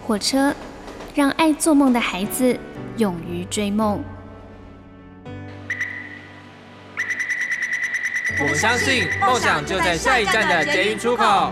火车让爱做梦的孩子勇于追梦。 我们相信梦想就在下一站的捷运出口。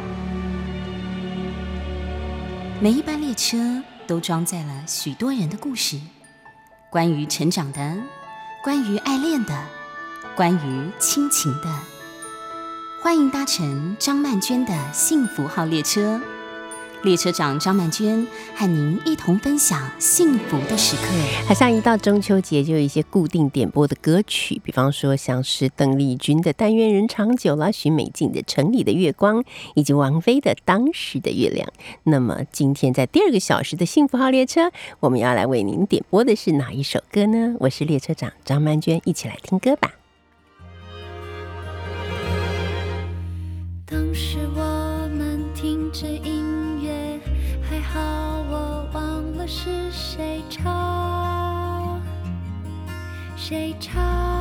每一班列车都装载了许多人的故事，关于成长的，关于爱恋的，关于亲情的。欢迎搭乘张曼娟的幸福号列车，列车长张曼娟和您一同分享幸福的时刻。 好像一到中秋节就有一些固定点播的歌曲，比方说像是邓丽君的《但愿人长久》啦，许美静的《城里的月光》，以及王菲的《当时的月亮》。那么今天在第2个小时的幸福号列车，我们要来为您点播的是哪一首歌呢？我是列车长张曼娟，一起来听歌吧。 当时我们听着音乐，还好我忘了是谁唱，谁唱。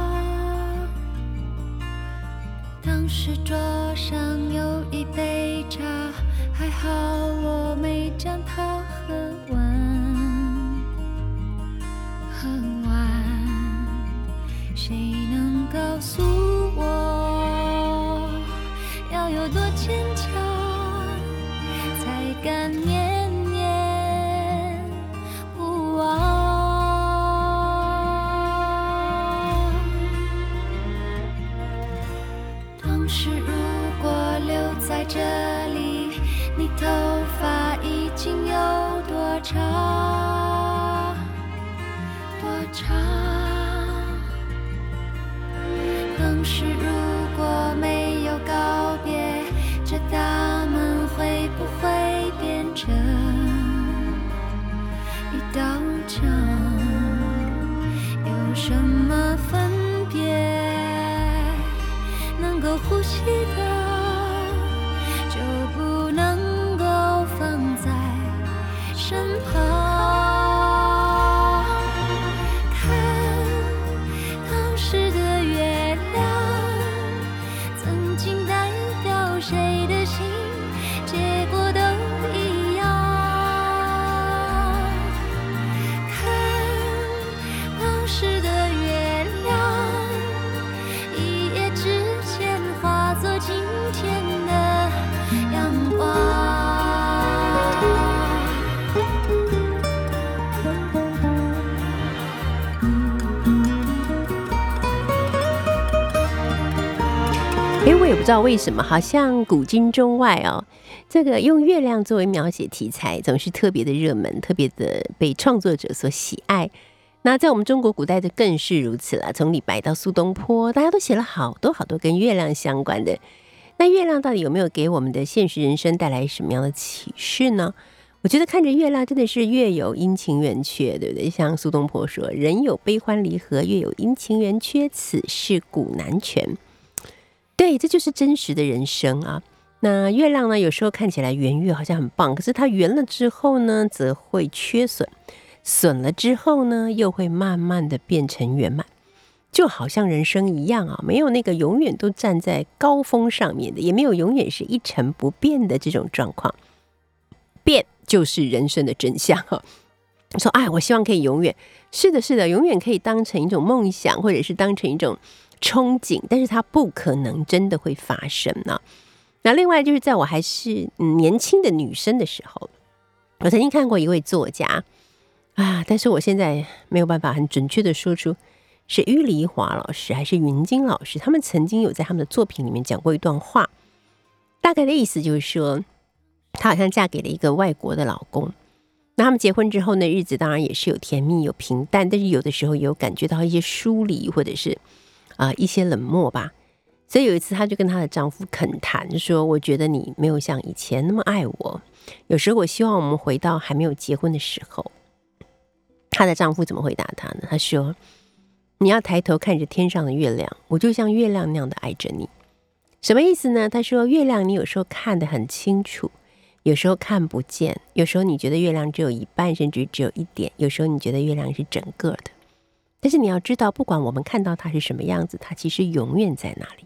当时桌上有一杯茶，还好我没将它喝完，喝完。谁能告诉我，要有多坚强，才敢念念不忘？当时如果留在这里，你头发已经有多长，多长？当时如果没有告别，这大门会不会变成一道墙？有什么分别？能够呼吸的就不能够放在身旁。 我也不知道为什么，好像古今中外哦，这个用月亮作为描写题材，总是特别的热门，特别的被创作者所喜爱。那在我们中国古代的更是如此了，从李白到苏东坡，大家都写了好多好多跟月亮相关的。那月亮到底有没有给我们的现实人生带来什么样的启示呢？我觉得看着月亮真的是月有阴晴圆缺，对不对？像苏东坡说，人有悲欢离合，月有阴晴圆缺，此事古难全。对，这就是真实的人生啊。那月亮呢，有时候看起来圆月好像很棒，可是它圆了之后呢，则会缺损，损了之后呢，又会慢慢的变成圆满。就好像人生一样啊，没有那个永远都站在高峰上面的，也没有永远是一成不变的这种状况。变就是人生的真相啊。说哎，我希望可以永远，是的，是的，永远可以当成一种梦想，或者是当成一种憧憬，但是它不可能真的会发生呢。那另外就是在我还是年轻的女生的时候，我曾经看过一位作家啊，但是我现在没有办法很准确的说出是于梨华老师还是云金老师，他们曾经有在他们的作品里面讲过一段话，大概的意思就是说，她好像嫁给了一个外国的老公，那他们结婚之后呢，日子当然也是有甜蜜有平淡，但是有的时候也有感觉到一些疏离或者是一些冷漠吧。所以有一次她就跟她的丈夫恳谈说，我觉得你没有像以前那么爱我，有时候我希望我们回到还没有结婚的时候。她的丈夫怎么回答她呢？他说，你要抬头看着天上的月亮，我就像月亮那样的爱着你。什么意思呢？他说，月亮你有时候看得很清楚，有时候看不见，有时候你觉得月亮只有一半，甚至只有一点，有时候你觉得月亮是整个的。但是你要知道，不管我们看到它是什么样子，它其实永远在那里。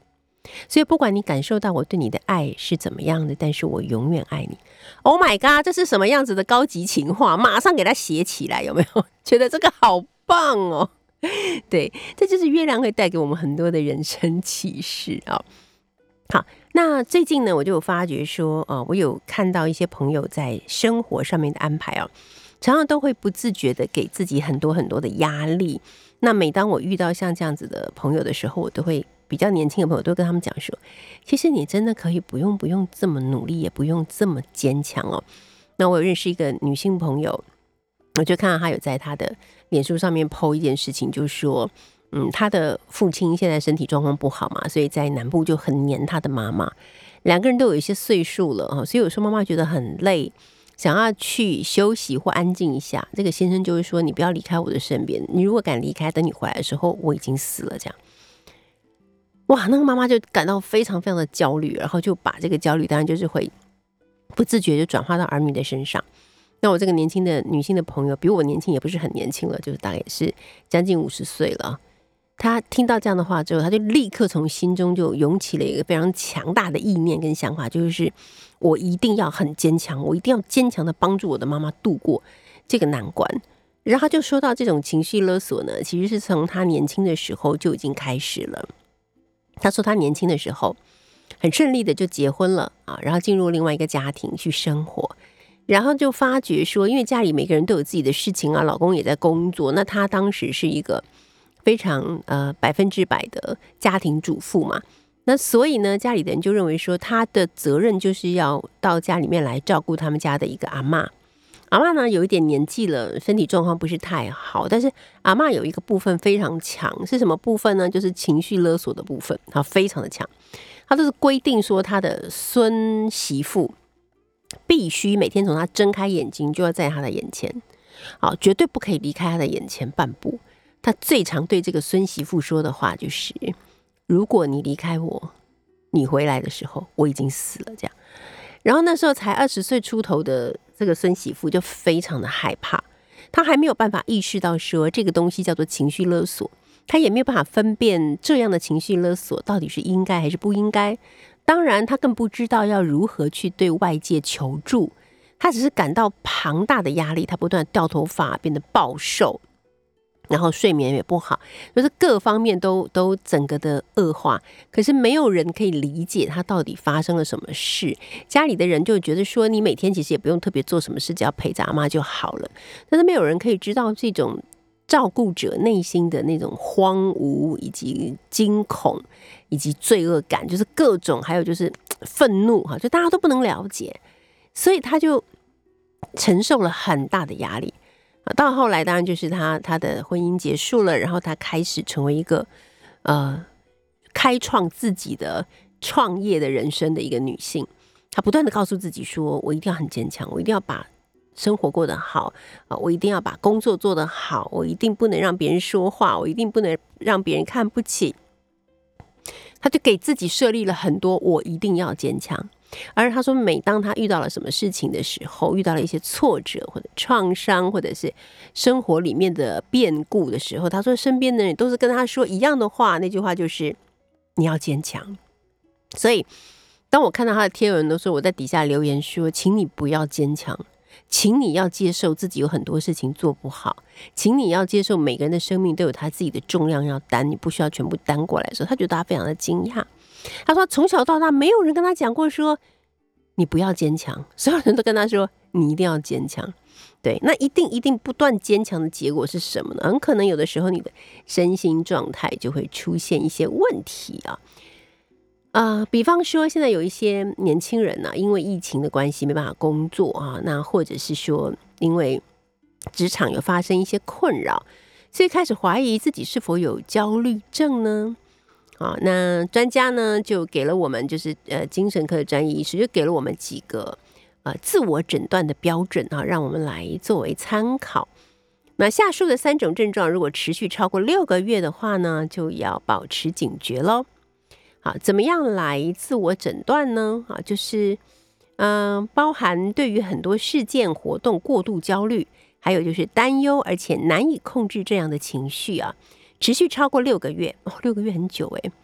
所以不管你感受到我对你的爱是怎么样的，但是我永远爱你。Oh my god， 这是什么样子的高级情话？马上给它写起来，有没有？觉得这个好棒哦。对，这就是月亮会带给我们很多的人生启示啊。好，那最近呢，我就有发觉说，我有看到一些朋友在生活上面的安排啊，常常都会不自觉的给自己很多很多的压力。那每当我遇到像这样子的朋友的时候，我都会比较年轻的朋友都跟他们讲说，其实你真的可以不用这么努力，也不用这么坚强哦。那我有认识一个女性朋友，我就看到她有在她的脸书上面 po 一件事情，就是说她的父亲现在身体状况不好嘛，所以在南部就很黏她的妈妈，两个人都有一些岁数了，所以有时候妈妈觉得很累，想要去休息或安静一下，这个先生就会说，你不要离开我的身边，你如果敢离开，等你回来的时候我已经死了这样。哇，那个妈妈就感到非常非常的焦虑，然后就把这个焦虑当然就是会不自觉就转化到儿女的身上。那我这个年轻的女性的朋友，比我年轻也不是很年轻了，就是大概也是将近50岁了，她听到这样的话之后，她就立刻从心中就涌起了一个非常强大的意念跟想法，就是我一定要很坚强，我一定要坚强的帮助我的妈妈度过这个难关。然后她就说到这种情绪勒索呢，其实是从她年轻的时候就已经开始了。她说她年轻的时候很顺利的就结婚了啊，然后进入另外一个家庭去生活，然后就发觉说，因为家里每个人都有自己的事情啊，老公也在工作，那她当时是一个非常100%的家庭主妇嘛，那所以呢，家里的人就认为说，她的责任就是要到家里面来照顾他们家的一个阿嬷。阿嬷呢有一点年纪了，身体状况不是太好，但是阿嬷有一个部分非常强，是什么部分呢？就是情绪勒索的部分，非常的强。她都是规定说，她的孙媳妇必须每天从她睁开眼睛就要在她的眼前，绝对不可以离开她的眼前半步。她最常对这个孙媳妇说的话就是，如果你离开我，你回来的时候我已经死了这样。然后那时候才20岁出头的这个孙媳妇就非常的害怕，她还没有办法意识到说这个东西叫做情绪勒索，她也没有办法分辨这样的情绪勒索到底是应该还是不应该。当然她更不知道要如何去对外界求助，她只是感到庞大的压力，她不断掉头发，变得暴瘦，然后睡眠也不好，就是各方面都整个的恶化。可是没有人可以理解他到底发生了什么事，家里的人就觉得说，你每天其实也不用特别做什么事，只要陪着阿妈就好了。但是没有人可以知道这种照顾者内心的那种荒芜，以及惊恐，以及罪恶感，就是各种，还有就是愤怒，就大家都不能了解，所以他就承受了很大的压力。到后来当然就是他的婚姻结束了，然后他开始成为一个开创自己的创业的人生的一个女性。她不断的告诉自己说，我一定要很坚强，我一定要把生活过得好，我一定要把工作做得好，我一定不能让别人说话，我一定不能让别人看不起。她就给自己设立了很多我一定要坚强。而他说，每当他遇到了什么事情的时候，遇到了一些挫折或者创伤，或者是生活里面的变故的时候，他说身边的人都是跟他说一样的话，那句话就是你要坚强。所以当我看到他的贴文的时候，我在底下留言说，请你不要坚强，请你要接受自己有很多事情做不好，请你要接受每个人的生命都有他自己的重量要担，你不需要全部担过来的时候，他觉得他非常的惊讶。他说从小到大没有人跟他讲过说你不要坚强，所有人都跟他说你一定要坚强。对，那一定不断坚强的结果是什么呢？很可能有的时候你的身心状态就会出现一些问题比方说现在有一些年轻人因为疫情的关系没办法工作那或者是说因为职场有发生一些困扰，所以开始怀疑自己是否有焦虑症呢？那专家呢就给了我们，就是精神科的专业医师就给了我们几个自我诊断的标准让我们来作为参考。那下述的3种症状如果持续超过6个月的话呢，就要保持警觉咯。好，怎么样来自我诊断呢？就是包含对于很多事件活动过度焦虑，还有就是担忧而且难以控制这样的情绪持续超过6个月，6个月很久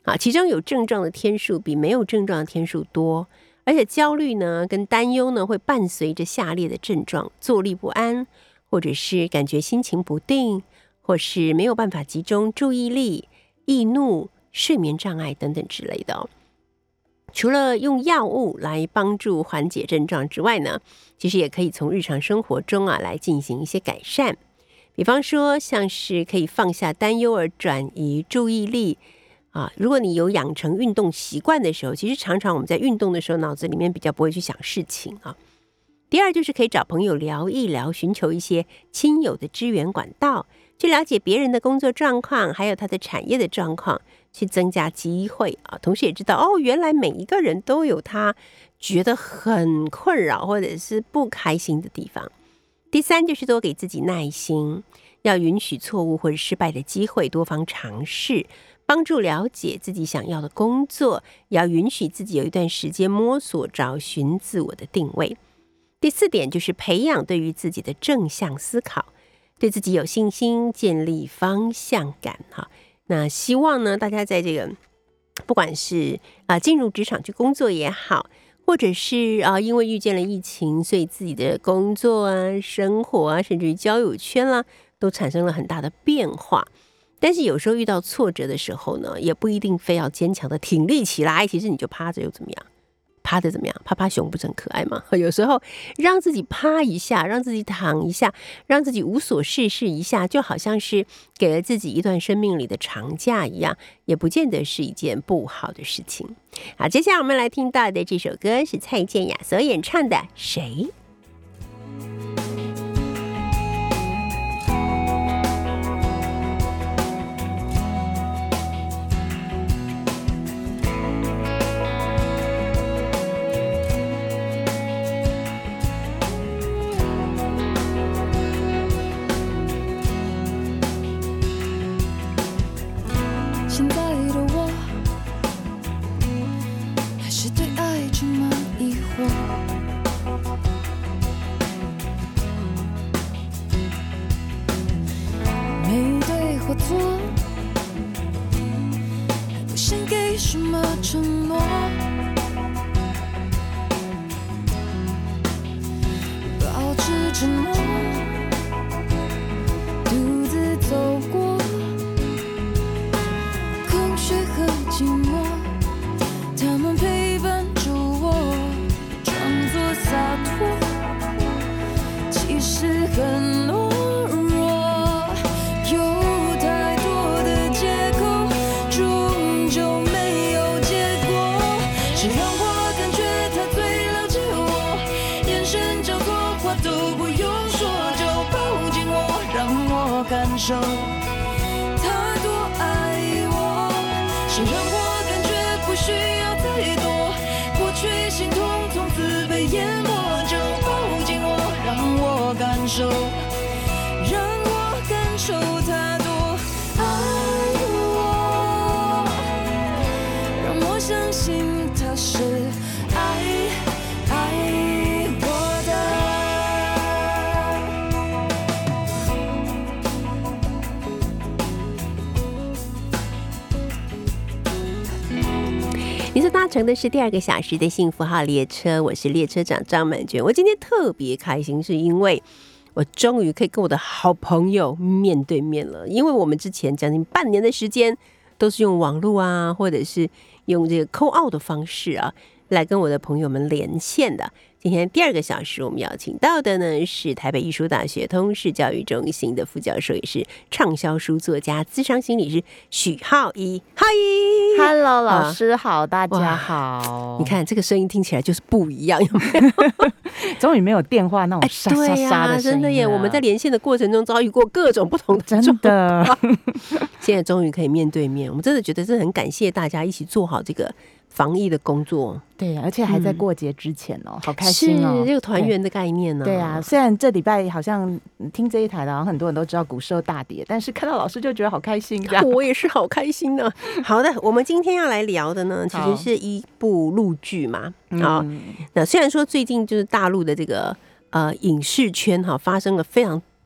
其中有症状的天数比没有症状的天数多，而且焦虑呢跟担忧呢会伴随着下列的症状：坐立不安，或者是感觉心情不定，或是没有办法集中注意力、易怒、睡眠障碍等等之类的除了用药物来帮助缓解症状之外呢，其实也可以从日常生活中来进行一些改善。比方说像是可以放下担忧而转移注意力如果你有养成运动习惯的时候，其实常常我们在运动的时候脑子里面比较不会去想事情第二就是可以找朋友聊一聊，寻求一些亲友的支援管道，去了解别人的工作状况，还有他的产业的状况，去增加机会同时也知道原来每一个人都有他觉得很困扰或者是不开心的地方。第三就是多给自己耐心，要允许错误或者失败的机会，多方尝试，帮助了解自己想要的工作，也要允许自己有一段时间摸索找寻自我的定位。第四点就是培养对于自己的正向思考，对自己有信心，建立方向感那希望呢大家在这个不管是进入职场去工作也好，或者是因为遇见了疫情，所以自己的工作生活甚至于交友圈都产生了很大的变化。但是有时候遇到挫折的时候呢，也不一定非要坚强的挺立起来，其实你就趴着又怎么样？趴着怎么样？趴趴熊不是很可爱吗？有时候让自己趴一下，让自己躺一下，让自己无所事事一下，就好像是给了自己一段生命里的长假一样，也不见得是一件不好的事情。好，接下来我们来听到的这首歌是蔡健雅所演唱的《谁》。 现在的我还是对爱充满疑惑，没对或错，还不想给什么承诺，保持沉默，独自走过空虚和寂寞，他们陪伴着我，装作洒脱，其实很懦弱，有太多的借口，终究没有结果。谁让我感觉他最了解我，眼神交错，话都不用说，就抱紧我，让我感受他多爱我。谁让我感觉不需要太多，过去心痛从此被淹没，就抱紧我，让我感受，让我感受他多爱我，让我相信他是爱我的。 你所搭乘的是第2个小时的幸福号列车，我是列车长张满娟。我今天特别开心，是因为我终于可以跟我的好朋友面对面了。因为我们之前将近半年的时间都是用网络或者是用这个 call out 的方式来跟我的朋友们连线的。今天第2个小时我们邀请到的呢是台北艺术大学通识教育中心的副教授，也是畅销书作家、諮商心理师许皓宜。皓宜 ，Hello， 老师好，大家好。 你看这个声音听起来就是不一样，有没有？ 终于没有电话那种沙沙沙的声音了， 真的耶！我们在连线的过程中遭遇过各种不同的状况， 真的。 现在终于可以面对面，我们真的觉得是很感谢大家一起做好这个防疫的工作。 对，而且还在过节之前好开心是这个团圆的概念呢。 对啊，虽然这礼拜好像听这一台的，好像很多人都知道股市大跌，但是看到老师就觉得好开心。 我也是好开心呢。好的，我们今天要来聊的呢，其实是一部陆剧嘛。那虽然说最近就是大陆的这个影视圈发生了非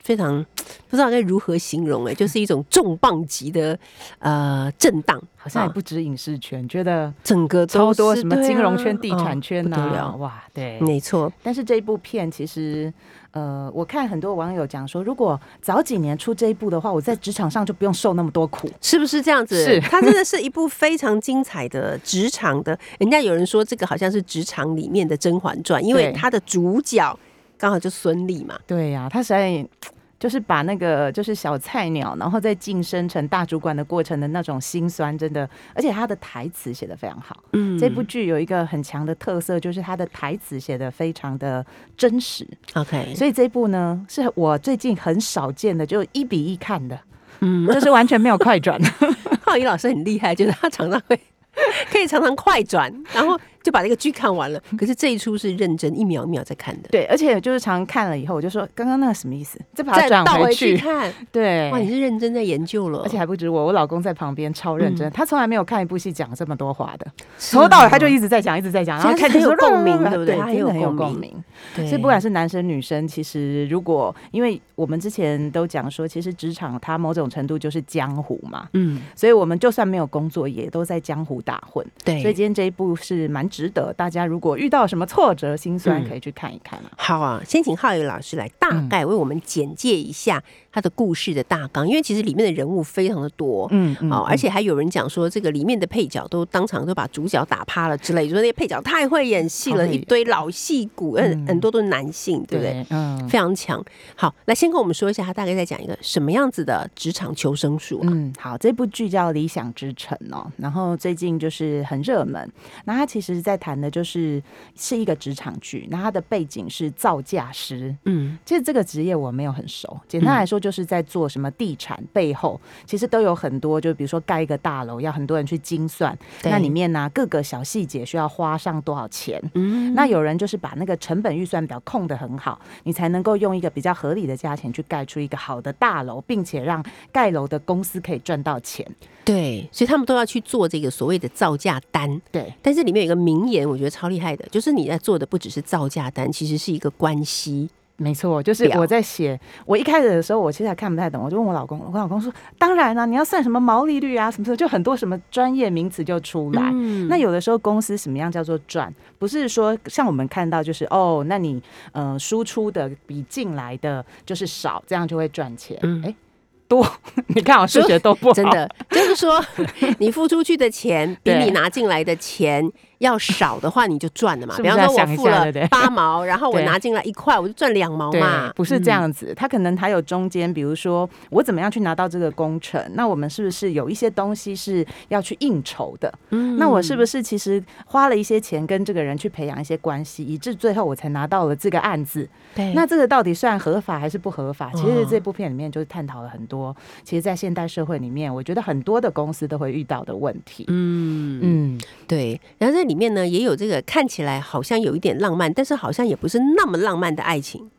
非常不知道该如何形容就是一种重磅级的震荡， 好像也不止影视圈，觉得整个超多什么金融圈、地产圈不得了哇，对， 没错。 但是这一部片其实。我看很多网友讲说，如果早几年出这一部的话，我在职场上就不用受那么多苦， 是不是这样子？ 是， 它真的是一部非常精彩的职场的。人家有人说这个好像是职场里面的《甄嬛传》，因为它的主角刚好就孙俪嘛。 对呀，他实在就是把那个就是小菜鸟，然后再晋升成大主管的过程的那种辛酸，真的，而且他的台词写得非常好。这部剧有一个很强的特色，就是他的台词写得非常的真实。 OK， 所以这一部呢，是我最近很少见的，就1:1看的，就是完全没有快转。 浩仪老师很厉害，就是他常常会可以常常快转，然后就把那个剧看完了。可是这一出是认真一秒一秒在看的。 对，而且就是常看了以后，我就说刚刚那个什么意思，再把它转回去看。 对， 哇，你是认真在研究了， 而且还不止我老公在旁边超认真，他从来没有看一部戏讲这么多话的，从头到尾他就一直在讲，一直在讲，然后看很有共鸣，对不对？ 他很有共鸣。所以不管是男生女生，其实如果因为我们之前都讲说，其实职场它某种程度就是江湖嘛，所以我们就算没有工作，也都在江湖打混。 对， 所以今天这一部是蛮值得大家如果遇到什么挫折、心酸，可以去看一看好啊，先请浩宇老师来大概为我们简介一下他的故事的大纲，因为其实里面的人物非常的多，而且还有人讲说这个里面的配角都当场都把主角打趴了之类，就说那些配角太会演戏了，一堆老戏骨，很多都是男性，对不对？非常强。好，来先跟我们说一下，他大概在讲一个什么样子的职场求生术好，这部剧叫《理想之城》然后最近就是很热门。那他其实在谈的是一个职场剧，那他的背景是造价师。其实这个职业我没有很熟，简单来说就是在做什么地产背后，其实都有很多，就比如说盖一个大楼要很多人去精算，那里面各个小细节需要花上多少钱。那有人就是把那个成本预算表控得很好，你才能够用一个比较合理的价钱去盖出一个好的大楼，并且让盖楼的公司可以赚到钱。 对，所以他们都要去做这个所谓的造价单。 对， 但是里面有一个名言，我觉得超厉害的，就是你在做的不只是造价单，其实是一个关系。 没错，就是我在写，我一开始的时候我其实还看不太懂，我就问我老公，我老公说当然啦，你要算什么毛利率啊什么的，就很多什么专业名词就出来。那有的时候公司什么样叫做赚，不是说像我们看到就是那你输出的比进来的就是少，这样就会赚钱。多，你看我数学都不好， 真的就是说你付出去的钱比你拿进来的钱要少的话，你就赚了嘛。比方说我付了8毛，然后我拿进来1块，我就赚2毛嘛。 不是这样子，他可能还有中间，比如说我怎么样去拿到这个工程，那我们是不是有一些东西是要去应酬的？那我是不是其实花了一些钱跟这个人去培养一些关系，以致最后我才拿到了这个案子？ 对， 那这个到底算合法还是不合法？其实这部片里面就是探讨了很多。其实在现代社会里面，我觉得很多的公司都会遇到的问题。 对。然后在里面呢，也有这个看起来好像有一点浪漫，但是好像也不是那么浪漫的爱情。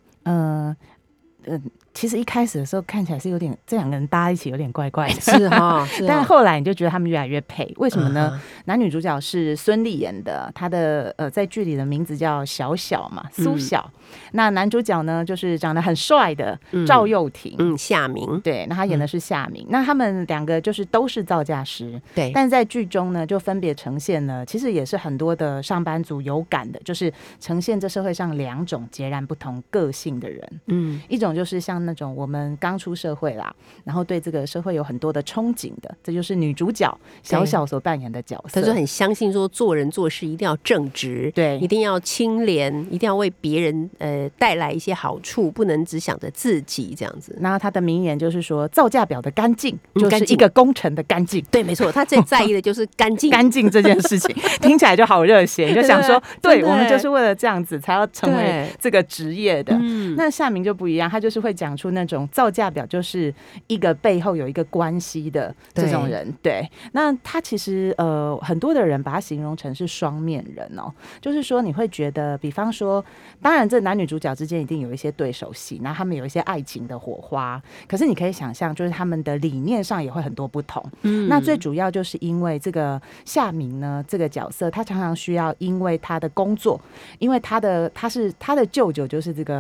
其实一开始的时候看起来是有点这两个人搭一起有点怪怪的， 是但后来你就觉得他们越来越配，为什么呢？男女主角是孙俪演的，她的在剧里的名字叫小小嘛，苏小。那男主角呢，就是长得很帅的赵又廷， 夏明， 对，那他演的是夏明。那他们两个就是都是造价师， 对， 但在剧中呢，就分别呈现了，其实也是很多的上班族有感的，就是呈现这社会上2种截然不同个性的人。一种就是像那种我们刚出社会啦，然后对这个社会有很多的憧憬的，这就是女主角小小所扮演的角色。 她就很相信说做人做事一定要正直， 对， 一定要清廉，一定要为别人带来一些好处，不能只想着自己这样子。 那她的名言就是说，造价表的干净就是一个工程的干净。 对，没错，她最在意的就是干净， 干净这件事情听起来就好热血，你就想说，对我们就是为了这样子才要成为这个职业的。那夏明就不一样，他就是会讲出那种造价表就是一个背后有一个关系的这种人。对，那他其实很多的人把他形容成是双面人哦，就是说你会觉得，比方说，当然这男女主角之间一定有一些对手戏，那他们有一些爱情的火花，可是你可以想象，就是他们的理念上也会很多不同。那最主要就是因为这个夏明呢，这个角色他常常需要因为他的工作，因为他的舅舅就是这个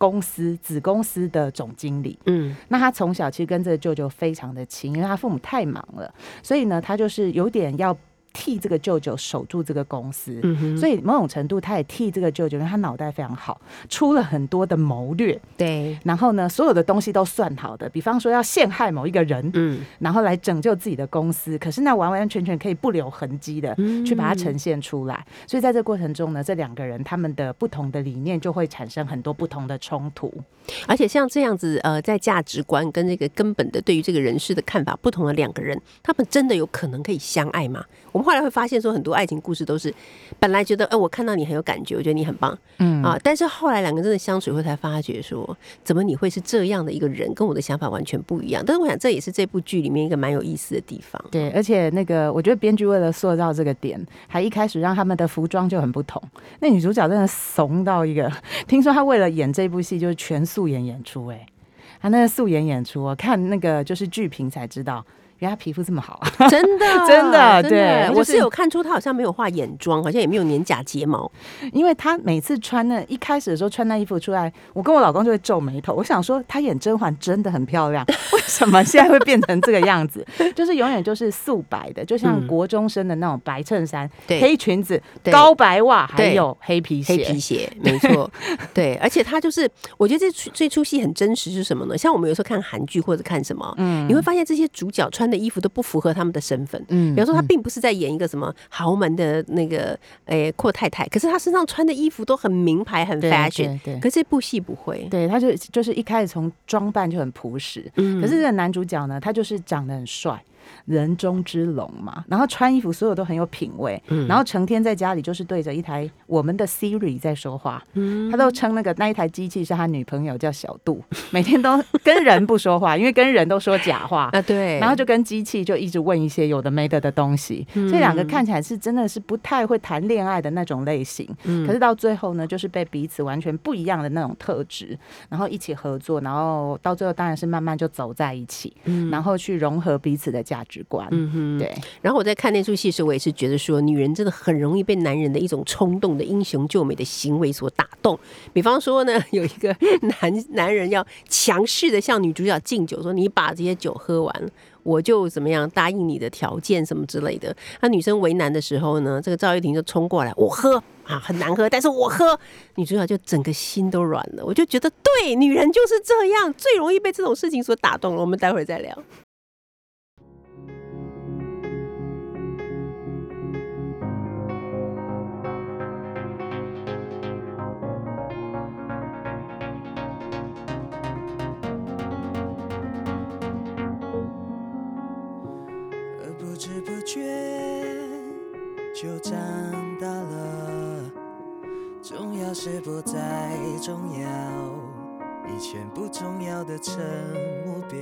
公司子公司的总经理。那他从小其实跟这个舅舅非常的亲，因为他父母太忙了，所以呢，他就是有点要替这个舅舅守住这个公司，所以某种程度他也替这个舅舅，因为他脑袋非常好，出了很多的谋略， 对， 然后呢，所有的东西都算好的，比方说要陷害某一个人，然后来拯救自己的公司，可是那完完全全可以不留痕迹的去把它呈现出来，所以在这过程中呢，这两个人他们的不同的理念就会产生很多不同的冲突， 而且像这样子在价值观跟这个根本的对于这个人事的看法不同的两个人，他们真的有可能可以相爱吗？我们后来会发现说，很多爱情故事都是本来觉得我看到你很有感觉，我觉得你很棒，但是后来两个人真的相处以后才发觉说，怎么你会是这样的一个人，跟我的想法完全不一样。但是我想这也是这部剧里面一个蛮有意思的地方。 对，而且那个我觉得编剧为了塑造这个点，还一开始让他们的服装就很不同。那女主角真的怂到一个，听说她为了演这部戏就是全素颜演出，她那个素颜演出，我看那个就是剧评才知道。原来他皮肤这么好， 真的真的，对， 我是有看出他好像没有画眼妆，好像也没有粘假睫毛， 因为他每次穿那一开始的时候穿那衣服出来，我跟我老公就会皱眉头。我想说，他演甄嬛真的很漂亮，为什么现在会变成这个样子？就是永远就是素白的，就像国中生的那种白衬衫、黑裙子、高白袜，还有黑皮鞋， 没错，对。而且他就是，我觉得这出戏很真实是什么呢？像我们有时候看韩剧或者看什么，你会发现这些主角穿的衣服都不符合他们的身份。比方说他并不是在演一个什么豪门的那个阔太太，可是他身上穿的衣服都很名牌很 fashion， 可是这部戏不会， 对，他就是一开始从装扮就很朴实，可是这个男主角呢，他就是长得很帅，人中之龙嘛，然后穿衣服所有都很有品味，然后成天在家里就是对着一台我们的 Siri 在说话，他都称那一台机器是他女朋友叫小杜，每天都跟人不说话，因为跟人都说假话啊， 对， 然后就跟机器就一直问一些有的没的东西，这两个看起来是真的是不太会谈恋爱的那种类型，可是到最后呢，就是被彼此完全不一样的那种特质，然后一起合作，然后到最后当然是慢慢就走在一起，然后去融合彼此的价值观，对。 然后我在看那出戏时，我也是觉得说，女人真的很容易被男人的一种冲动的英雄救美的行为所打动。比方说呢，有一个男人要强势的向女主角敬酒，说你把这些酒喝完，我就怎么样答应你的条件什么之类的。那女生为难的时候呢，这个赵玉婷就冲过来，我喝啊，很难喝，但是我喝。女主角就整个心都软了。我就觉得对，女人就是这样，最容易被这种事情所打动了。我们待会儿再聊。 不知不觉就长大了，重要是不再重要，以前不重要的成目标。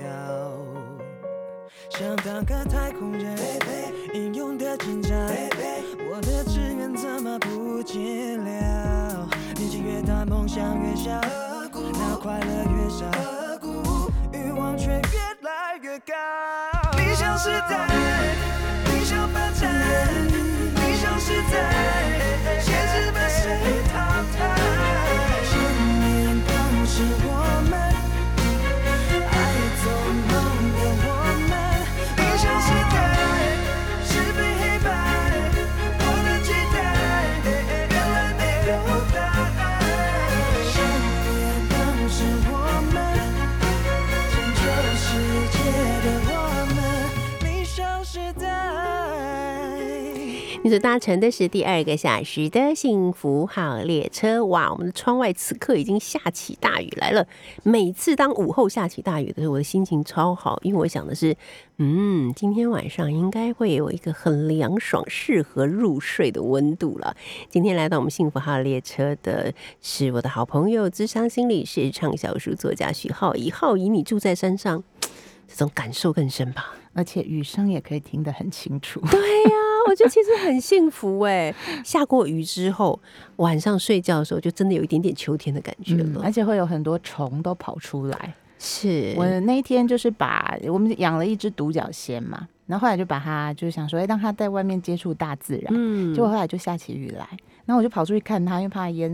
想当个太空人，英勇的紧张，我的志愿怎么不见了？年纪越大，梦想越小，那快乐越少，欲望却越来越高。理想时代，理想发展，理想时代，现实被谁淘汰？信念当时我们，爱做梦的我们。理想时代是非黑白，我的期待原来没有答案。信念当时我们，拯救世界的我们。理想时代。 你所搭乘的是第2个小时的幸福号列车。哇，我们的窗外此刻已经下起大雨来了。每次当午后下起大雨的时候，我的心情超好，因为我想的是，今天晚上应该会有一个很凉爽、适合入睡的温度了。今天来到我们幸福号列车的是我的好朋友、諮商心理师、畅销书作家许浩怡。浩怡，你住在山上，这种感受更深吧？ 而且雨声也可以听得很清楚。 对呀，我觉得其实很幸福哎。下过雨之后，晚上睡觉的时候，就真的有一点点秋天的感觉了， 而且会有很多虫都跑出来。 是我那一天就是我们养了一只独角仙嘛，然后后来就把它就是想说，让它在外面接触大自然，结果后来就下起雨来，然后我就跑出去看它，因为怕它淹水。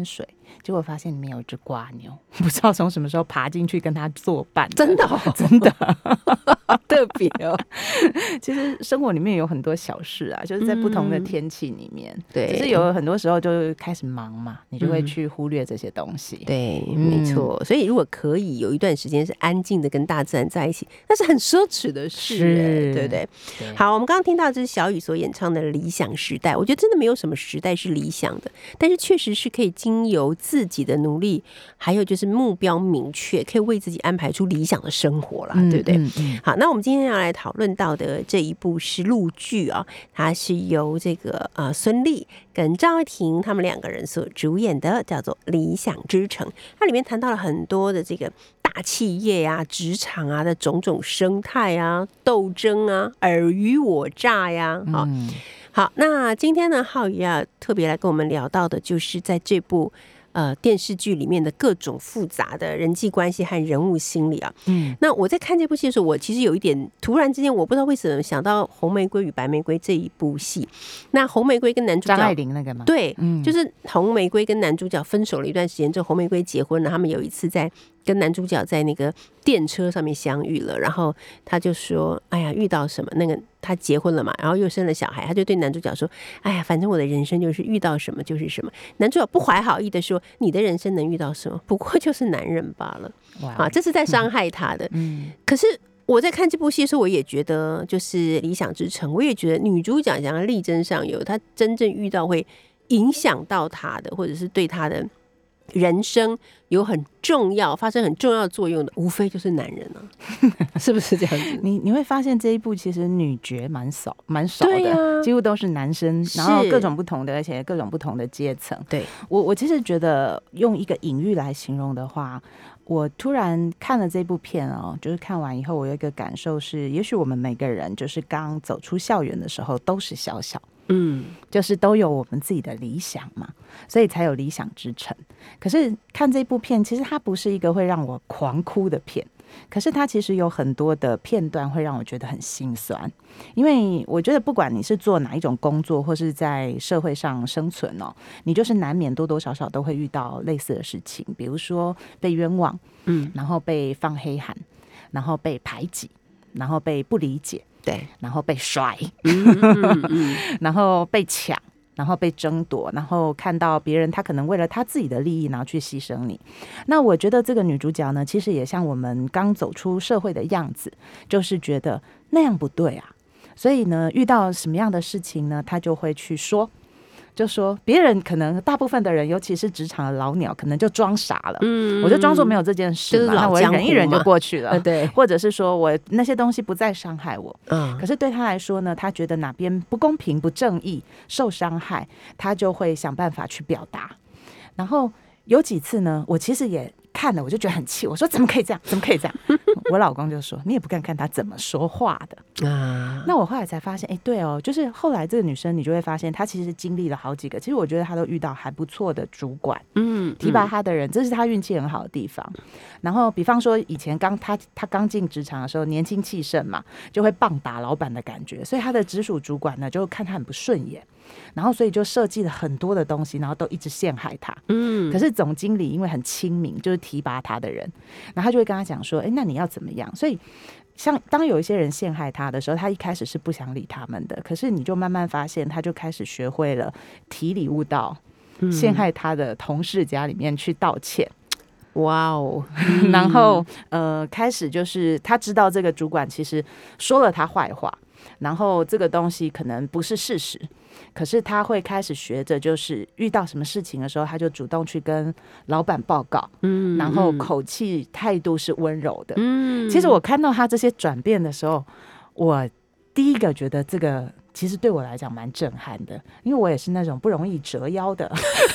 结果发现里面有一只瓜牛，不知道从什么时候爬进去跟他作伴。 真的、哦， 真的特别哦。 其实生活里面有很多小事啊，就是在不同的天气里面， 对， 只是有很多时候就开始忙嘛，你就会去忽略这些东西。 对，没错。所以如果可以有一段时间是安静的跟大自然在一起，那是很奢侈的事，对不对？好，我们刚刚听到这是小雨所演唱的《理想时代》，我觉得真的没有什么时代是理想的，但是确实是可以经由自己的努力，还有就是目标明确，可以为自己安排出理想的生活啦，对不对？好，那我们今天要来讨论到的这一部是陆剧啊，它是由这个孙俪跟赵又廷他们两个人所主演的，叫做《理想之城》。它里面谈到了很多的这个大企业啊、职场啊的种种生态啊、斗争啊、尔虞我诈呀。好，那今天呢，浩宇要特别来跟我们聊到的，就是在这部电视剧里面的各种复杂的人际关系和人物心理啊。那我在看这部戏的时候，我其实有一点突然之间，我不知道为什么想到《红玫瑰与白玫瑰》这一部戏。那红玫瑰跟男主角张爱玲那个吗？ 对，就是红玫瑰跟男主角分手了一段时间之后，红玫瑰结婚了，他们有一次在跟男主角在那个电车上面相遇了，然后他就说：“哎呀，遇到什么？那个他结婚了嘛，然后又生了小孩，他就对男主角说：‘哎呀，反正我的人生就是遇到什么就是什么。’男主角不怀好意的说：‘你的人生能遇到什么？不过就是男人罢了。’啊，这是在伤害他的。可是我在看这部戏的时候，我也觉得就是《理想之城》，我也觉得女主角讲力争上游，她真正遇到会影响到她的，或者是对她的人生有很重要、发生很重要作用的，无非就是男人啊，是不是这样子？ 你会发现这一部其实女角蛮少的， 啊， 几乎都是男生，然后各种不同的，而且各种不同的阶层。 对， 我其实觉得用一个隐喻来形容的话，我突然看了这部片哦，就是看完以后，我有一个感受是，也许我们每个人就是刚走出校园的时候都是小小。就是都有我们自己的理想嘛，所以才有理想之城。可是看这部片，其实它不是一个会让我狂哭的片，可是它其实有很多的片段会让我觉得很心酸。因为我觉得不管你是做哪一种工作，或是在社会上生存哦，你就是难免多多少少都会遇到类似的事情，比如说被冤枉，然后被放黑函，然后被排挤，然后被不理解，对，然后被甩，然后被抢，然后被争夺，然后看到别人他可能为了他自己的利益然后去牺牲你。那我觉得这个女主角呢，其实也像我们刚走出社会的样子，就是觉得那样不对啊，所以呢遇到什么样的事情呢，她就会去说，就说别人可能大部分的人，尤其是职场的老鸟，可能就装傻了。我就装作没有这件事嘛，那我忍一忍就过去了。对，或者是说我那些东西不再伤害我。可是对他来说呢，他觉得哪边不公平、不正义、受伤害，他就会想办法去表达。然后有几次呢，我其实也看了，我就觉得很气，我说怎么可以这样？怎么可以这样？我老公就说你也不看看他怎么说话的啊。那我后来才发现，对哦，就是后来这个女生你就会发现，她其实经历了好几个，其实我觉得她都遇到还不错的主管，提拔她的人，这是她运气很好的地方。然后比方说以前她刚进职场的时候，年轻气盛嘛，就会棒打老板的感觉，所以她的直属主管呢就看她很不顺眼，然后所以就设计了很多的东西，然后都一直陷害她。可是总经理因为很亲民，就是提拔她的人，然后他就会跟她讲说，那你要怎么样？所以像当有一些人陷害他的时候，他一开始是不想理他们的，可是你就慢慢发现，他就开始学会了提礼物到陷害他的同事家里面去道歉。哇哦！然后开始就是他知道这个主管其实说了他坏话，然后这个东西可能不是事实，可是他会开始学着，就是遇到什么事情的时候，他就主动去跟老板报告，然后口气态度是温柔的。其实我看到他这些转变的时候，我第一个觉得这个其实对我来讲蛮震撼的，因为我也是那种不容易折腰的。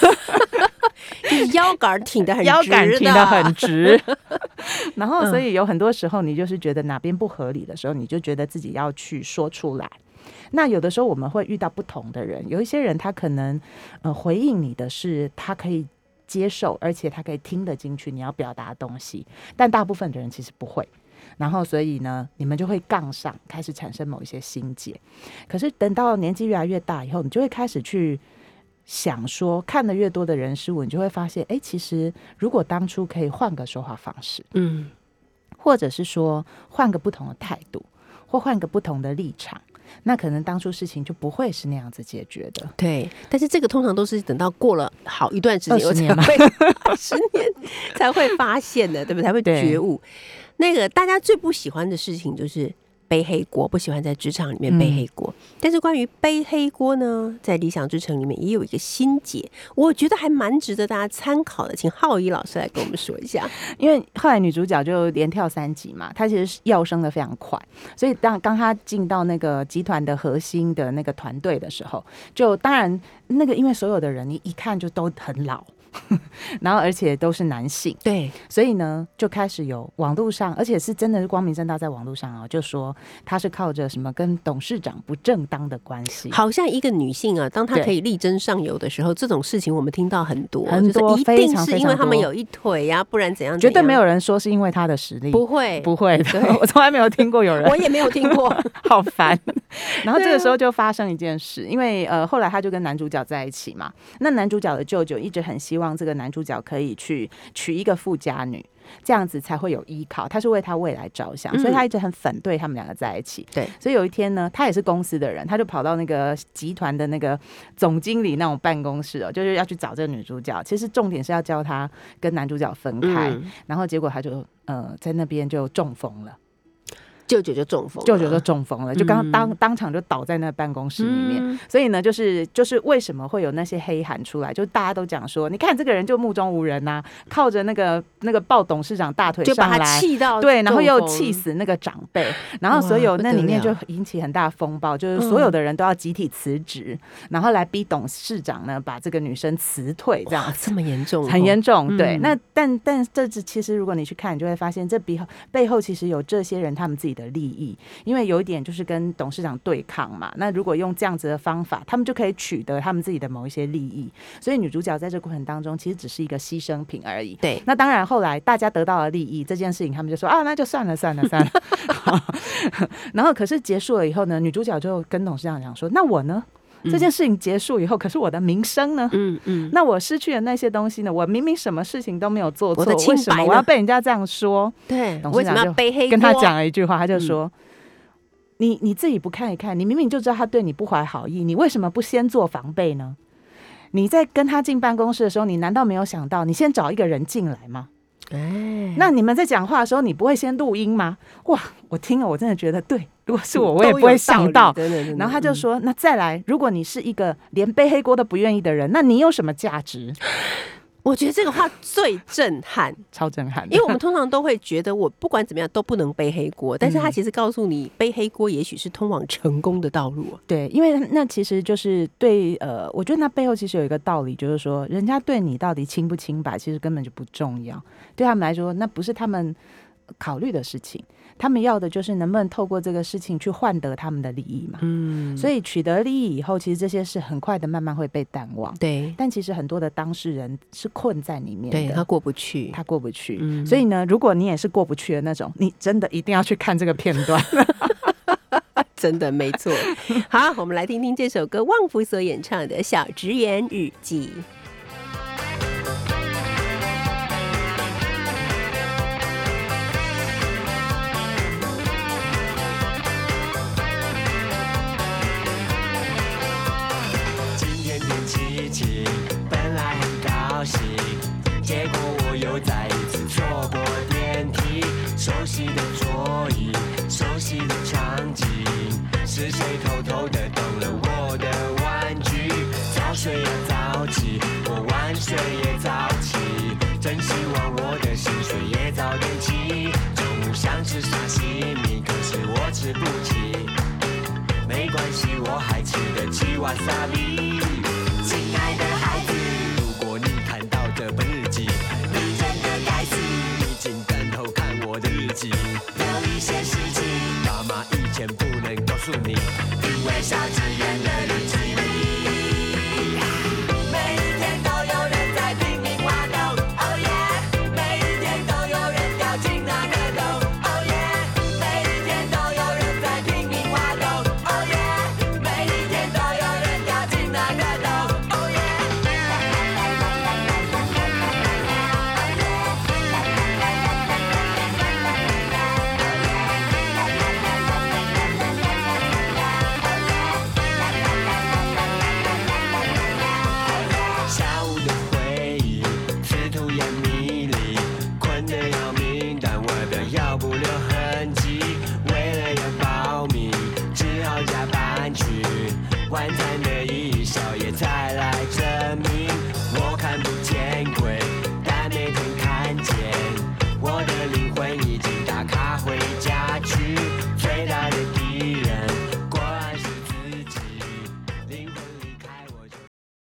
腰杆挺得很直， 腰杆挺得很直，然后所以有很多时候你就是觉得哪边不合理的时候，你就觉得自己要去说出来。那有的时候我们会遇到不同的人，有一些人他可能回应你的是他可以接受，而且他可以听得进去你要表达的东西，但大部分的人其实不会。然后所以呢，你们就会杠上，开始产生某一些心结。可是等到年纪越来越大以后，你就会开始去想说，看得越多的人事物，你就会发现，其实如果当初可以换个说话方式，或者是说换个不同的态度，或换个不同的立场，那可能当初事情就不会是那样子解决的。 对，但是这个通常都是等到过了好一段时间 20年嘛 ，10年才会发现的，对不对？才会觉悟。那个大家最不喜欢的事情就是背黑锅，不喜欢在职场里面背黑锅。但是关于背黑锅呢，在理想之城里面也有一个心结，我觉得还蛮值得大家参考的，请浩仪老师来跟我们说一下。 因为后来女主角就连跳3级嘛，她其实跃升的非常快，所以当她进到那个集团的核心的那个团队的时候，就当然那个因为所有的人你一看就都很老。然后而且都是男性， 对， 所以呢就开始有网络上，而且是真的是光明正大在网络上就说他是靠着什么跟董事长不正当的关系。 好像一个女性啊，当她可以力争上游的时候，这种事情我们听到很多， 很多， 就是一定是因为他们有一腿呀，不然怎样？ 绝对没有人说是因为他的实力， 不会的，我从来没有听过有人， 我也没有听过， 好烦。然后这个时候就发生一件事，因为后来他就跟男主角在一起嘛，那男主角的舅舅一直很希望这个男主角可以去娶一个富家女，这样子才会有依靠，他是为他未来着想，所以他一直很反对他们两个在一起。 对， 所以有一天呢，他也是公司的人，他就跑到那个集团的那个总经理那种办公室就是要去找这个女主角。其实重点是要教他跟男主角分开，然后结果他就在那边就中风了。舅舅就中风了，就当场就倒在那办公室里面。所以呢，就是为什么会有那些黑函出来，就大家都讲说，你看这个人就目中无人啊，靠着那个抱董事长大腿上来， 就把他气到， 对，然后又气死那个长辈，然后所有那里面就引起很大风暴，就是所有的人都要集体辞职，然后来逼董事长呢把这个女生辞退，这样子。 这么严重， 很严重。对，那但这其实如果你去看，你就会发现这背后其实有这些人他们自己的利益，因为有一点就是跟董事长对抗嘛。那如果用这样子的方法，他们就可以取得他们自己的某一些利益。所以女主角在这过程当中，其实只是一个牺牲品而已。 对， 那当然后来大家得到了利益这件事情，他们就说那就算了。然后可是结束了以后呢，女主角就跟董事长讲说：“那我呢？”这件事情结束以后，可是我的名声呢？那我失去的那些东西呢？我明明什么事情都没有做错，为什么我要被人家这样说？ 对， 董事长就跟他讲了一句话，他就说：“你自己不看一看，你明明就知道他对你不怀好意，你为什么不先做防备呢？你在跟他进办公室的时候，你难道没有想到，你先找一个人进来吗？那你们在讲话的时候，你不会先录音吗？”哇，我听了我真的觉得对。如果是我也不会想到。然后他就说：“那再来，如果你是一个连背黑锅都不愿意的人，那你有什么价值？” 我觉得这个话最震撼， 超震撼。 因为我们通常都会觉得，我不管怎么样都不能背黑锅，但是他其实告诉你，背黑锅也许是通往成功的道路。 对，因为那其实就是对我觉得那背后其实有一个道理，就是说，人家对你到底清不清白，其实根本就不重要。对他们来说，那不是他们考虑的事情。他们要的就是能不能透过这个事情去换得他们的利益嘛。所以取得利益以后，其实这些事很快的慢慢会被淡忘。 对， 但其实很多的当事人是困在里面的， 对，他过不去。 所以呢，如果你也是过不去的那种，你真的一定要去看这个片段。 真的没错。好，我们来听听这首歌，旺福所演唱的《小职员日记》。 本来很高兴，结果我又再一次错过电梯。熟悉的桌椅，熟悉的场景，是谁偷偷的动了我的玩具？早睡要早起，我晚睡也早起，真希望我的薪水也早点起。中午想吃沙西米，可是我吃不起，没关系，我还吃得起瓦萨比。亲爱的孩子，如果你看到这本日记，你真的该死。你请跟头看我的日记，有一些事情爸妈以前不能告诉你，因为小职员的日记里，每一天都有人在拼命挖洞，哦耶！每一天都有人掉进那个洞，哦耶！每一天都有人在拼命挖洞，哦耶！每一天都有人掉进那主演迷离，困得要命，但我的腰不留痕迹。为了要保密，只好加班去。晚餐的一宵夜才来证明，我看不见鬼，但每天看见我的灵魂已经打卡回家去。最大的敌人果然是自己，灵魂离开我就。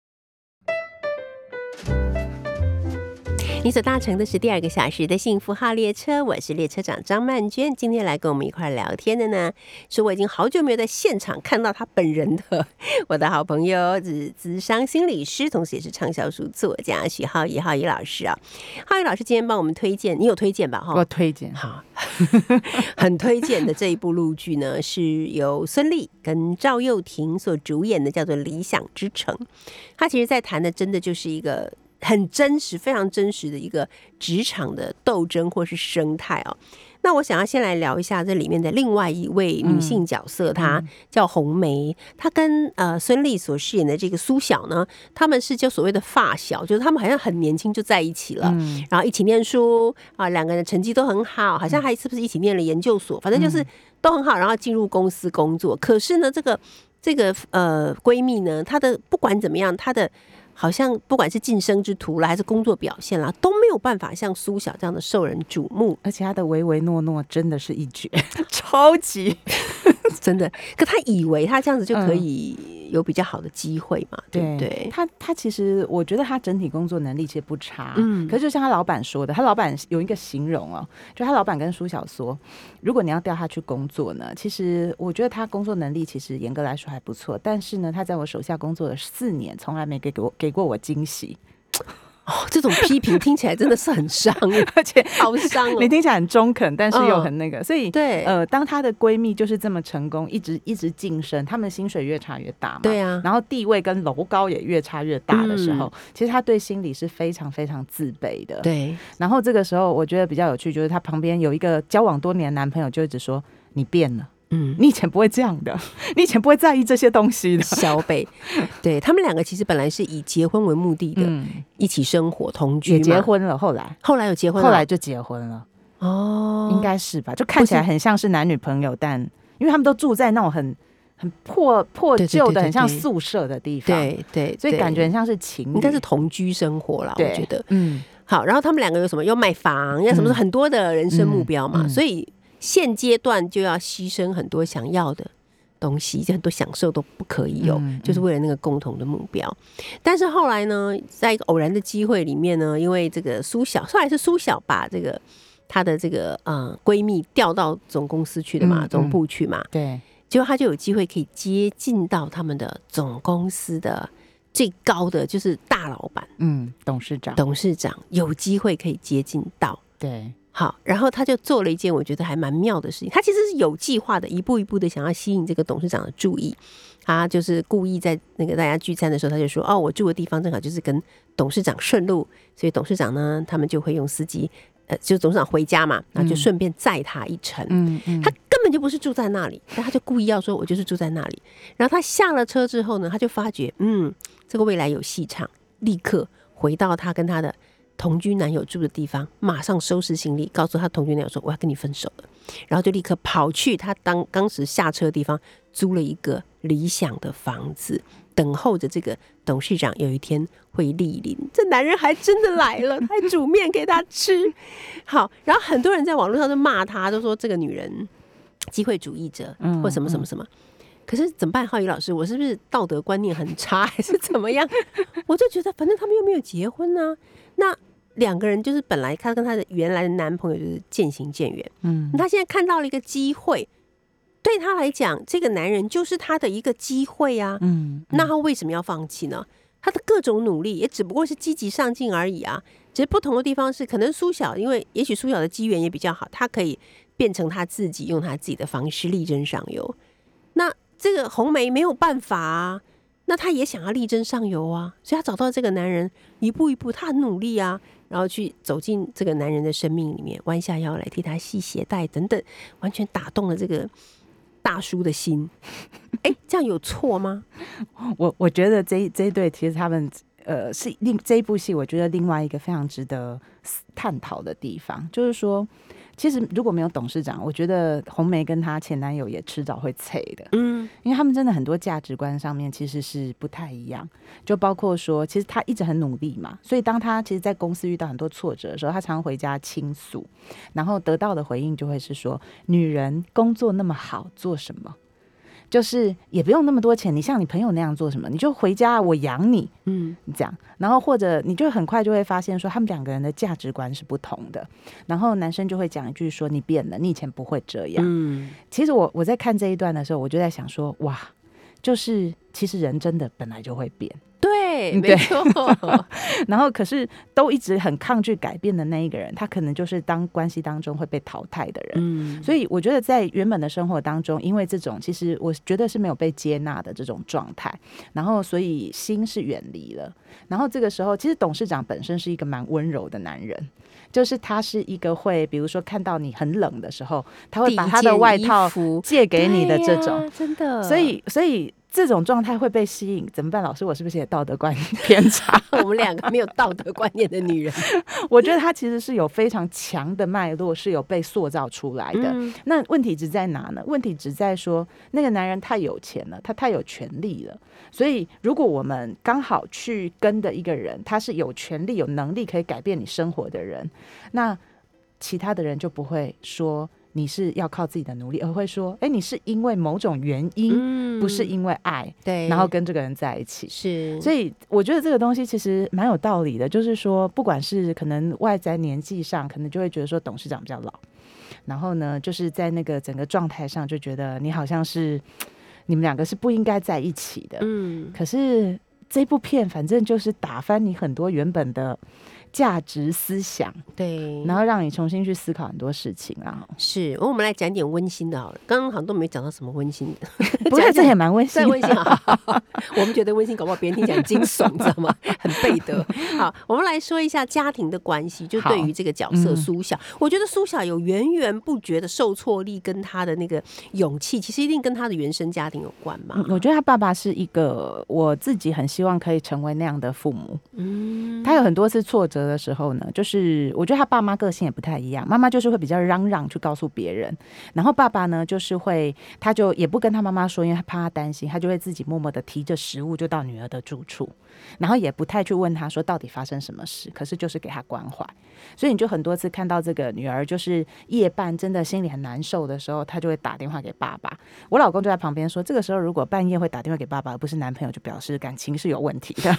你所搭乘的是第2个小时的幸福号列车，我是列车长张曼娟。今天来跟我们一块聊天的呢，是我已经好久没有在现场看到他本人的我的好朋友，是諮商心理师，同时也是畅销书作家许浩仪老师啊。浩仪老师今天帮我们推荐，你有推荐吧？ 我推荐， 好，很推荐的这一部陆剧呢，是由孙俪跟赵又廷所主演的，叫做《理想之城》。他其实在谈的真的就是一个很真实、非常真实的一个职场的斗争或是生态哦。那我想要先来聊一下这里面的另外一位女性角色，她叫红梅。她跟孙俪所饰演的这个苏晓呢，他们是就所谓的发小，就是他们好像很年轻就在一起了，然后一起念书啊，两个人成绩都很好，好像还是不是一起念了研究所，反正就是都很好，然后进入公司工作。可是呢，这个闺蜜呢，她的不管怎么样，她的好像不管是晋升之途啦，还是工作表现啦，都没有办法像苏晓这样的受人瞩目， 而且他的唯唯诺诺真的是一绝，超级真的。可他以为他这样子就可以有比较好的机会嘛，对不对？ 他其实我觉得他整体工作能力其实不差，可是就像他老板说的，他老板有一个形容哦，就他老板跟苏晓说，如果你要调他去工作呢，其实我觉得他工作能力其实严格来说还不错，但是呢，他在我手下工作了4年，从来没给过我惊喜。 哦，这种批评听起来真的是很伤， 而且好伤哦。 你听起来很中肯，但是又很那个，所以对， 当她的闺蜜就是这么成功，一直晋升，她们薪水越差越大嘛， 对啊， 然后地位跟楼高也越差越大的时候，其实她对心理是非常非常自卑的。 对， 然后这个时候我觉得比较有趣，就是她旁边有一个交往多年的男朋友，就一直说你变了。你以前不会这样的，你以前不会在意这些东西的。小北，对，他们两个其实本来是以结婚为目的的，一起生活同居嘛， 也结婚了，后来有结婚了，后来就结婚了。哦，应该是吧？就看起来很像是男女朋友，但因为他们都住在那种很破旧的、很像宿舍的地方，对，所以感觉很像是情侣， 应该是同居生活啦，我觉得。好，然后他们两个有什么？要卖房，要什么？很多的人生目标嘛，所以现阶段就要牺牲很多想要的东西，很多享受都不可以有，就是为了那个共同的目标。但是后来呢，在一个偶然的机会里面呢，因为这个苏晓，后来是苏晓把这个她的这个闺蜜调到总公司去的嘛，总部去嘛， 对， 结果她就有机会可以接近到他们的总公司的最高的就是大老板，董事长有机会可以接近到， 对。 好，然后他就做了一件我觉得还蛮妙的事情，他其实是有计划的，一步一步的想要吸引这个董事长的注意。他就是故意在那个大家聚餐的时候，他就说：“哦，我住的地方正好就是跟董事长顺路，所以董事长呢，他们就会用司机，就董事长回家嘛，然后就顺便载他一程。他根本就不是住在那里，但他就故意要说我就是住在那里。然后他下了车之后呢，他就发觉，这个未来有戏唱，立刻回到他跟他的同居男友住的地方，马上收拾行李，告诉他同居男友说我要跟你分手了，然后就立刻跑去他当时下车的地方租了一个理想的房子，等候着这个董事长有一天会莅临。这男人还真的来了，他还煮面给他吃。好，然后很多人在网络上就骂他，都说这个女人机会主义者或什么什么什么。可是怎么办？浩宇老师，我是不是道德观念很差，还是怎么样？我就觉得反正他们又没有结婚啊，那两个人就是本来他跟他的原来的男朋友就是渐行渐远，他现在看到了一个机会，对他来讲，这个男人就是他的一个机会啊，那他为什么要放弃呢？他的各种努力也只不过是积极上进而已啊，只是不同的地方是，可能苏晓，因为也许苏晓的机缘也比较好，他可以变成他自己，用他自己的方式力争上游。那这个红梅没有办法啊，那她也想要力争上游啊，所以她找到这个男人，一步一步，她很努力啊，然后去走进这个男人的生命里面，弯下腰来替他系鞋带等等，完全打动了这个大叔的心。这样有错吗？ 我觉得这一对其实他们是这一部戏，我觉得另外一个非常值得探讨的地方，就是说，其实如果没有董事长，我觉得红梅跟她前男友也迟早会脆的，因为他们真的很多价值观上面其实是不太一样，就包括说，其实他一直很努力嘛，所以当他其实在公司遇到很多挫折的时候，他常回家倾诉，然后得到的回应就会是说，女人工作那么好，做什么？就是也不用那么多钱，你像你朋友那样做什么？你就回家，我养你，这样。然后或者你就很快就会发现说，他们两个人的价值观是不同的。然后男生就会讲一句说：“你变了，你以前不会这样。”其实我在看这一段的时候，我就在想说，哇，就是其实人真的本来就会变。 对，没错。 然后可是都一直很抗拒改变的那一个人，他可能就是当关系当中会被淘汰的人。所以我觉得在原本的生活当中，因为这种其实我觉得是没有被接纳的这种状态，然后所以心是远离了。然后这个时候，其实董事长本身是一个蛮温柔的男人。就是他是一个会，比如说看到你很冷的时候，他会把他的外套借给你的这种， 真的。 所以这种状态会被吸引，怎么办？老师，我是不是也道德观偏差？ 我们两个没有道德观念的女人， 我觉得他其实是有非常强的脉络，是有被塑造出来的。那问题只在哪呢？问题只在说那个男人太有钱了，他太有权利了。所以如果我们刚好去跟的一个人，他是有权利、有能力可以改变你生活的人，那其他的人就不会说你是要靠自己的努力，而会说，你是因为某种原因，不是因为爱，对，然后跟这个人在一起。是，所以我觉得这个东西其实蛮有道理的，就是说，不管是可能外在年纪上，可能就会觉得说董事长比较老，然后呢，就是在那个整个状态上，就觉得你好像是你们两个是不应该在一起的。可是这部片反正就是打翻你很多原本的价值思想，对，然后让你重新去思考很多事情啊。 是，我们来讲点温馨的好了。刚刚好像都没讲到什么温馨的， 不是，这也蛮温馨的， 温馨啊。我们觉得温馨，搞不好别人听起来很惊悚，你知道吗？很背德。好，我们来说一下家庭的关系。就对于这个角色苏晓，我觉得苏晓有源源不绝的受挫力，跟他的那个勇气，其实一定跟他的原生家庭有关嘛。 我觉得他爸爸是一个我自己很希望可以成为那样的父母。他有很多次挫折的时候呢，就是我觉得他爸妈个性也不太一样，妈妈就是会比较嚷嚷去告诉别人，然后爸爸呢就是会，他就也不跟他妈妈说，因为他怕他担心，他就会自己默默的提着食物就到女儿的住处，然后也不太去问他说到底发生什么事，可是就是给他关怀。所以你就很多次看到这个女儿就是夜半真的心里很难受的时候，他就会打电话给爸爸。我老公就在旁边说，这个时候如果半夜会打电话给爸爸而不是男朋友，就表示感情是有问题的。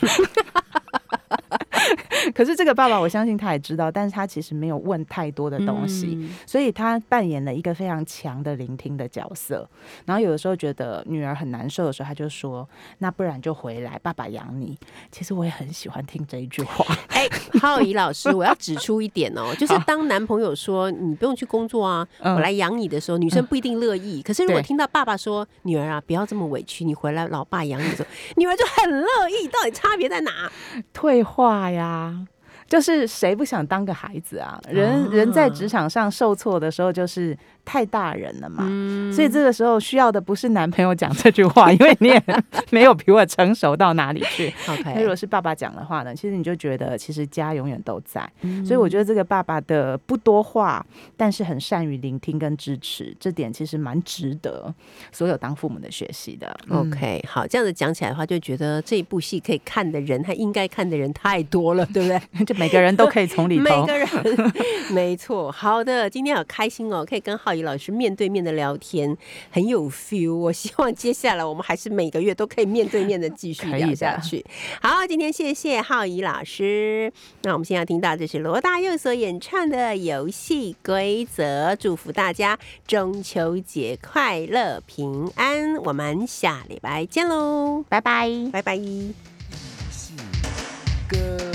可是这个爸爸我相信他也知道，但是他其实没有问太多的东西，所以他扮演了一个非常强的聆听的角色。然后有的时候觉得女儿很难受的时候，他就说那不然就回来，爸爸养你。其实我也很喜欢听这一句话。 浩怡老师，我要指出一点哦，就是当男朋友说你不用去工作啊，我来养你的时候，女生不一定乐意。可是如果听到爸爸说女儿啊不要这么委屈，你回来老爸养你的时候，女儿就很乐意。到底差别在哪？ 退化呀，就是谁不想当个孩子啊？人在职场上受挫的时候，就是太大人了嘛，所以这个时候需要的不是男朋友讲这句话，因为你也没有比我成熟到哪里去。那如果是爸爸讲的话呢，其实你就觉得其实家永远都在。所以我觉得这个爸爸的不多话，但是很善于聆听跟支持，这点其实蛮值得所有当父母的学习的。 OK， 好，这样子讲起来的话，就觉得这一部戏可以看的人，他应该看的人太多了，对不对？ 就每个人都可以从里头， 每个人，没错。好的，今天好开心哦，可以跟浩怡老师面对面的聊天，很有 feel。我希望接下来我们还是每个月都可以面对面的继续聊下去。好，今天谢谢浩怡老师。那我们现在听到这是罗大佑所演唱的《游戏规则》，祝福大家中秋节快乐平安。我们下礼拜见喽， 拜拜， 拜拜。 歌